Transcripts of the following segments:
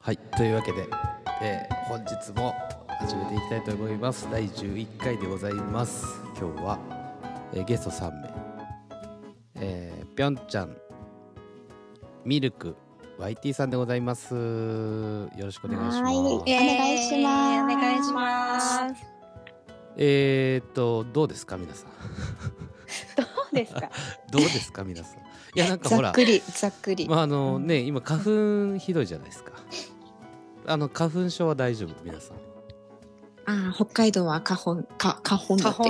はい、というわけで、本日も始めていきたいと思います。第11回でございます。今日は、ゲスト3名、ぴょんちゃん、ミルク、YT さんでございます。よろしくお願いします。 お願いします。 お願いします。 どうですか皆さん。 どうですか。 どうですか皆さん。いやなんかほら、 ざっくり。 まあね、今花粉ひどいじゃないですか。花粉症は大丈夫皆さん。 北海道は花粉だって。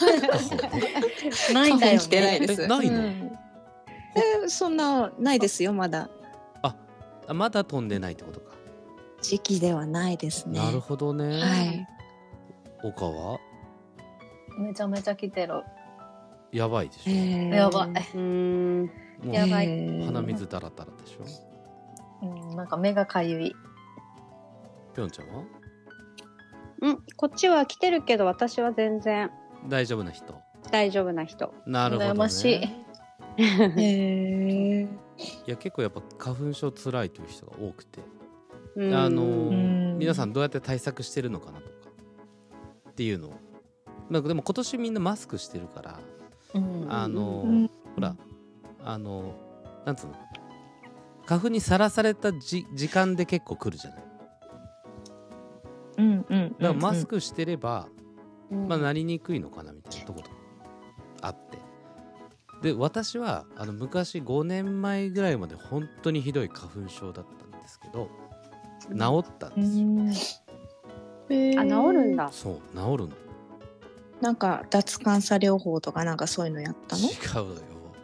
ないんだよね。 花粉来てないです。 ないの？ そんなないですよまだ。 まだ飛んでないってことか。 時期ではないですね。 なるほどね。 はい。 岡は？ めちゃめちゃ来てる。 やばいでしょ。 やばい。 もうやばい。 鼻水だらだらでしょ。 なんか目がかゆい。 ぴょんちゃんは？ こっちは来てるけど私は全然大丈夫な人。 大丈夫な人。 なるほどね。 羨ましい。 いや結構やっぱ花粉症つらいという人が多くて、皆さんどうやって対策してるのかなとかっていうのを、なんかでも今年みんなマスクしてるから、ほらなんつうの、花粉にさらされた時間で結構来るじゃない。だからマスクしてれば、まあなりにくいのかなみたいなところあって、で私は昔5年前ぐらいまで本当にひどい花粉症だったんですけど、治ったんですよ。 治るんだ。 そう治るの。 なんか脱cancer療法とかなんかそういうのやったの？ 違うのよ。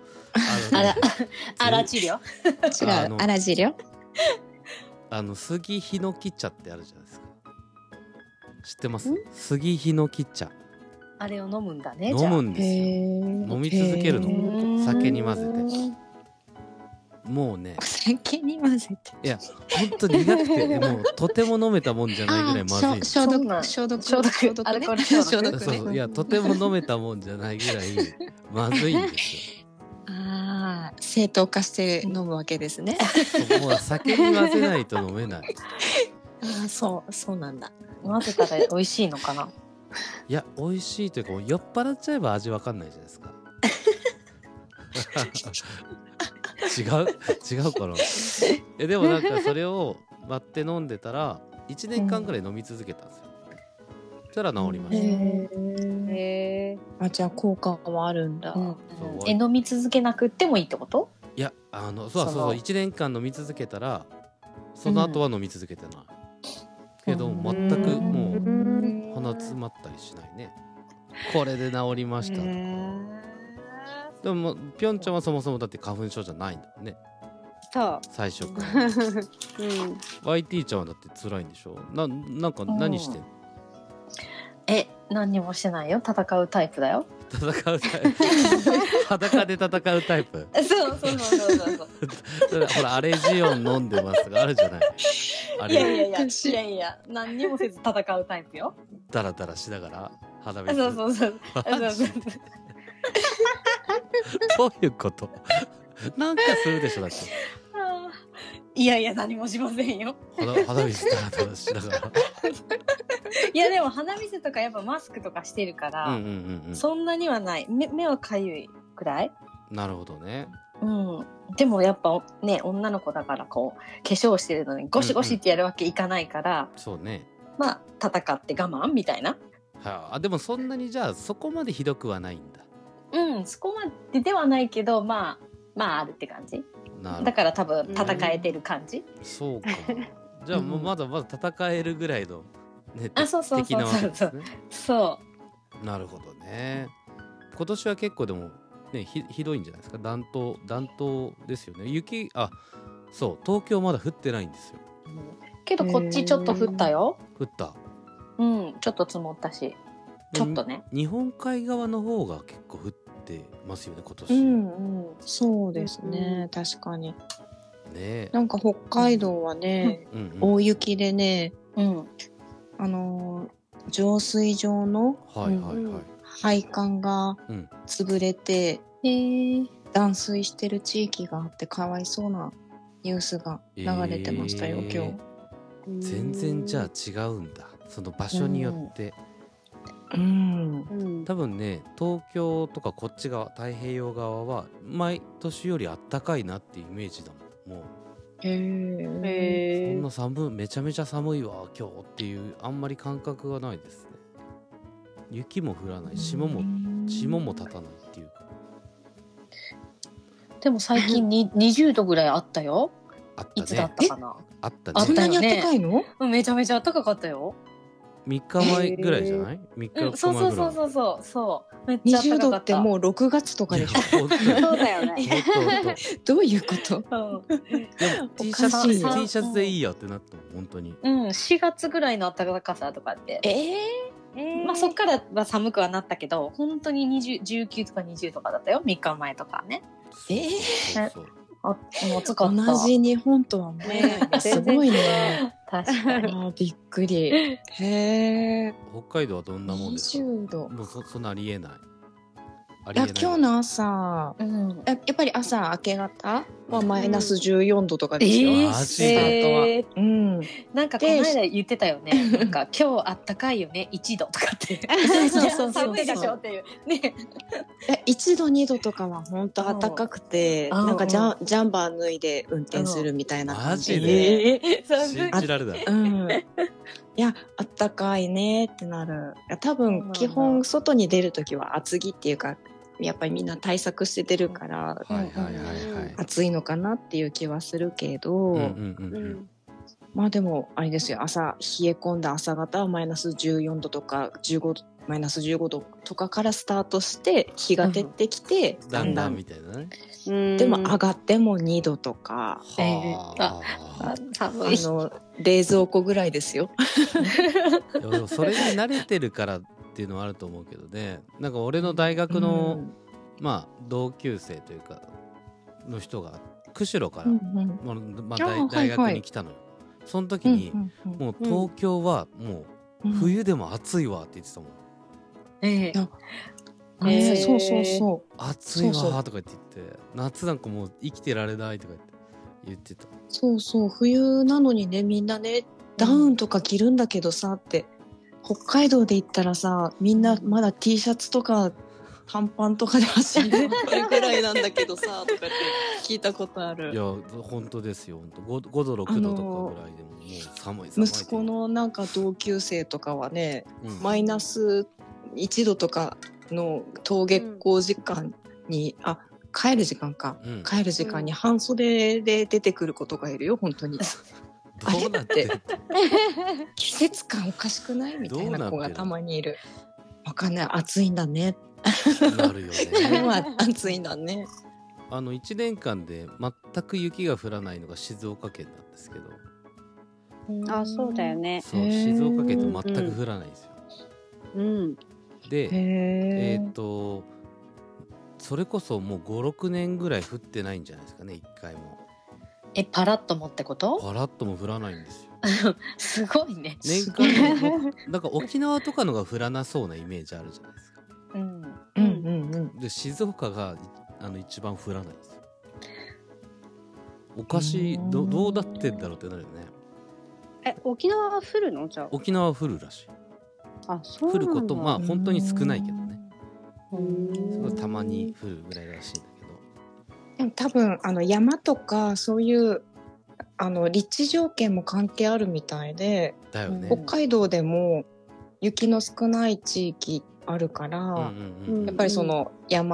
あら治療？ 違う、あら治療？ 杉ヒノキ茶ってあるじゃないですか。知ってます？杉ヒノキ茶。 あれを飲むんだね。 飲むんですよ。飲み続けるの。酒に混ぜて。もうね。 酒に混ぜて。 いや本当に苦くてもうとても飲めたもんじゃないぐらいまずい。 消毒ね。 そういやとても飲めたもんじゃないぐらいまずいんですよ。 正当化して飲むわけですね。 もう酒に混ぜないと飲めない。 そうなんだ。 混ぜたら美味しいのかな。 いや美味しいというかもう酔っ払っちゃえば味わかんないじゃないですか。違うかな。でもなんかそれを割って飲んでたら1年間ぐらい飲み続けたんですよ。そしたら治りました。 じゃあ効果はあるんだ。 飲み続けなくってもいいってこと？いやそう1年間飲み続けたらその後は飲み続けてない。けど全くもう鼻詰まったりしないね。これで治りましたとか。でもぴょんちゃんはそもそもだって花粉症じゃないんだもんね。 そう最初から。YT ちゃんはだって辛いんでしょ。なんか何してんの？ 何にもしてないよ。戦うタイプだよ。 戦うタイプ。裸で戦うタイプ。そうほらアレジオン飲んでますとかあるじゃない。 いや何にもせず戦うタイプよ。 ダラダラしながら鼻水。 そうどういうこと？なんかするでしょだって。 いや何もしませんよ。 鼻水ダラダラしながら。 いやでも鼻水とかやっぱマスクとかしてるから、そんなにはない。目はかゆいくらい。なるほどね。 でもやっぱね女の子だからこう化粧してるのにゴシゴシってやるわけいかないから、 そうね。まあ戦って我慢みたいな。 でもそんなにじゃあそこまでひどくはないんだ。 そこまでではないけどまああるって感じ。だから多分戦えてる感じ。 そうか。じゃあもうまだ戦えるぐらいの。 そう敵なわけですね。 そう。 なるほどね。今年は結構でもねひどいんじゃないですか。暖冬ですよね。雪そう東京まだ降ってないんですよ。 けどこっちちょっと降ったよ。 降った。 ちょっと積もったし、ちょっとね。 日本海側の方が結構降ってますよね今年。 そうですね、確かに。 ね。 なんか北海道はね、大雪でね。浄水場の配管が潰れて断水してる地域があってかわいそうなニュースが流れてましたよ今日。 全然じゃあ違うんだ、その場所によって。多分ね、東京とかこっち側太平洋側は毎年よりあったかいなっていうイメージだもん。もうそんなめちゃめちゃ寒いわ今日っていうあんまり感覚がないですね。雪も降らない、霜も立たないっていうか。 でも最近に20度ぐらいあったよ。 あったね。 いつだったかな。 あったね。 そんなにあったかいの？ めちゃめちゃ暖かかったよ。 3日前ぐらいじゃない？3日前ぐらい。 そうめっちゃ暖かかった。20 度ってもう6月とかでしょ。 そうだよね。 どういうこと？ でも T シャツでいいやってなったの本当に。 4月ぐらいの暖かさとかって。まあそっからは寒くはなったけど、本当に19とか20とかだったよ。3日前とかね。もう暑かった。 同じ日本とは思えないね。すごいね。 確かに。 びっくり。へえ。 北海道はどんなもんですか ？20度。 もうそんなありえない。 いや今日の朝、やっぱり朝明け方はマイナス14度とかですよ。 マジで。 なんかこの間言ってたよね。なんか今日あったかいよね1度とかって。 そう寒いでしょっていうね。 1度2度とかは本当暖かくて、なんかジャンバー脱いで運転するみたいな感じで。 信じられない。 いやあったかいねってなる。多分基本外に出るときは厚着っていうか。やっぱりみんな対策して出るから暑いのかなっていう気はするけど、まあでもあれですよ、朝冷え込んだ朝方はマイナス14度とかマイナス15度とかからスタートして日が照ってきて、 だんだんみたいなね。 でも上がっても2度とか、冷蔵庫ぐらいですよ。 それに慣れてるからっていうのはあると思うけどね。なんか俺の大学の、まあ同級生というかの人が釧路から、大学に来たのよ。その時に、もう東京はもう冬でも暑いわって言ってたもん。 そう暑いわとか言って夏なんかもう生きてられないとか言ってた。 そう冬なのにね、みんなねダウンとか着るんだけどさって、北海道で行ったらさ、みんなまだ T シャツとか短パンとかで走るぐらいなんだけどさとかって聞いたことある。 いや本当ですよ。5度6度とかぐらいでももう寒い。 息子のなんか同級生とかはね、マイナス1度とかの登下校時間に、帰る時間か、帰る時間に半袖で出てくることがいるよ本当に。 どうなって季節感おかしくないみたいな子がたまにいる。わかんない。暑いんだね。 なるよね。 暑いんだね。 1年間で全く雪が降らないのが静岡県なんですけど。 そうだよね。 そう、静岡県って全く降らないんですよ。で、それこそもう5、6年ぐらい降ってないんじゃないですかね、1回も。 パラッともってこと？ パラッとも降らないんですよ。すごいね。 年間なんか沖縄とかのが降らなそうなイメージあるじゃないですか。で静岡が一番降らないんですよ。おかしい、どうなってんだろうってなるよね。 沖縄は降るの？じゃあ沖縄は降るらしい。 そう降ることまあ本当に少ないけどね。すごいたまに降るぐらいらしいんだけど。 でも多分山とかそういう立地条件も関係あるみたいで、 だよね、 北海道でも雪の少ない地域あるから、やっぱりその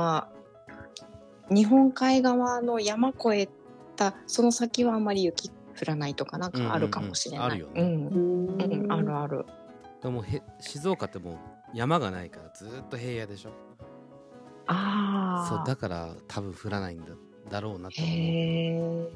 日本海側の山越えたその先はあんまり雪降らないとかなんかあるかもしれない。 あるよね。 あるある。 でも静岡ってもう山がないからずっと平野でしょ。そうだから多分降らないんだろうなと思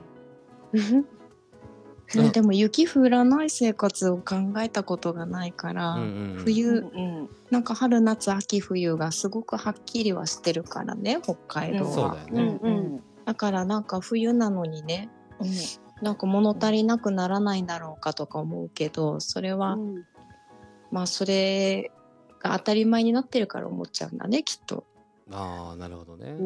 う。 でも雪降らない生活を考えたことがないから、冬、なんか春夏秋冬がすごくはっきりはしてるからね、北海道は。 そうだよね。 だからなんか冬なのにね、なんか物足りなくならないんだろうかとか思うけど、それは、まあそれが当たり前になってるから思っちゃうんだね、きっと。 なるほどね。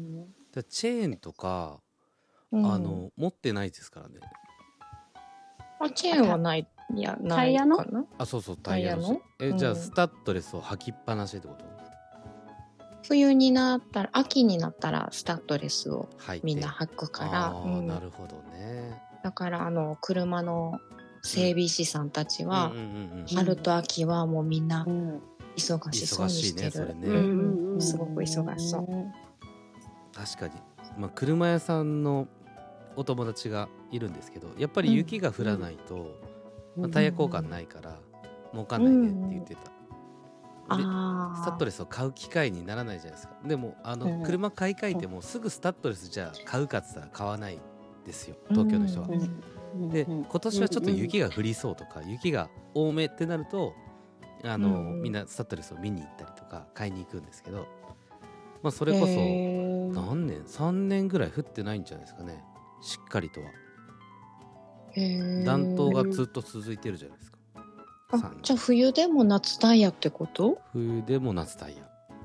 チェーンとか持ってないですからね。 チェーンはない、いやないかな。 あ、そうそうタイヤの。じゃあスタッドレスを履きっぱなしってこと？ 冬になったら、秋になったらスタッドレスをみんな履くから。 なるほどね。 だから車の整備士さんたちは、春と秋はもうみんな忙しそうにしてる。すごく忙しそう。 確かに、まあ、車屋さんのお友達がいるんですけど、やっぱり雪が降らないと、まあ、タイヤ交換ないから儲かんないねって言ってた。でスタッドレスを買う機会にならないじゃないですか。でも車買い替えてもすぐスタッドレスじゃあ買うかって言ったら買わないですよ、東京の人は。で今年はちょっと雪が降りそうとか、雪が多めってなるとみんなスタッドレスを見に行ったりとか買いに行くんですけど、まあ、それこそ何年3年ぐらい降ってないんじゃないですかね、しっかりとは。暖冬がずっと続いてるじゃないですか。 じゃあ冬でも夏タイヤってこと？ 冬でも夏タイヤ。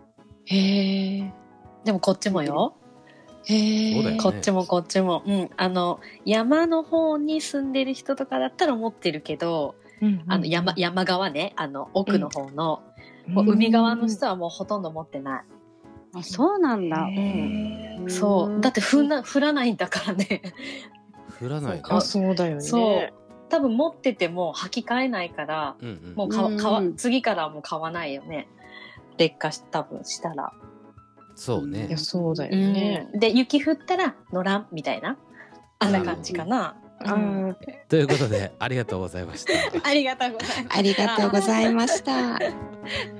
でもこっちもよ。 そうだよね、 こっちも、山の方に住んでる人とかだったら持ってるけど、山側ね、奥の方の、もう海側の人はもうほとんど持ってない。 あ、そうなんだ。 そうだって降らないんだからね。 降らない。 あ、そうだよね。 そう多分持ってても履き替えないから、もう次からはもう買わないよね、劣化多分したら。 そうね。 いやそうだよね。 で雪降ったら乗らんみたいな、あんな感じかな。 ということでありがとうございました。 ありがとうございました。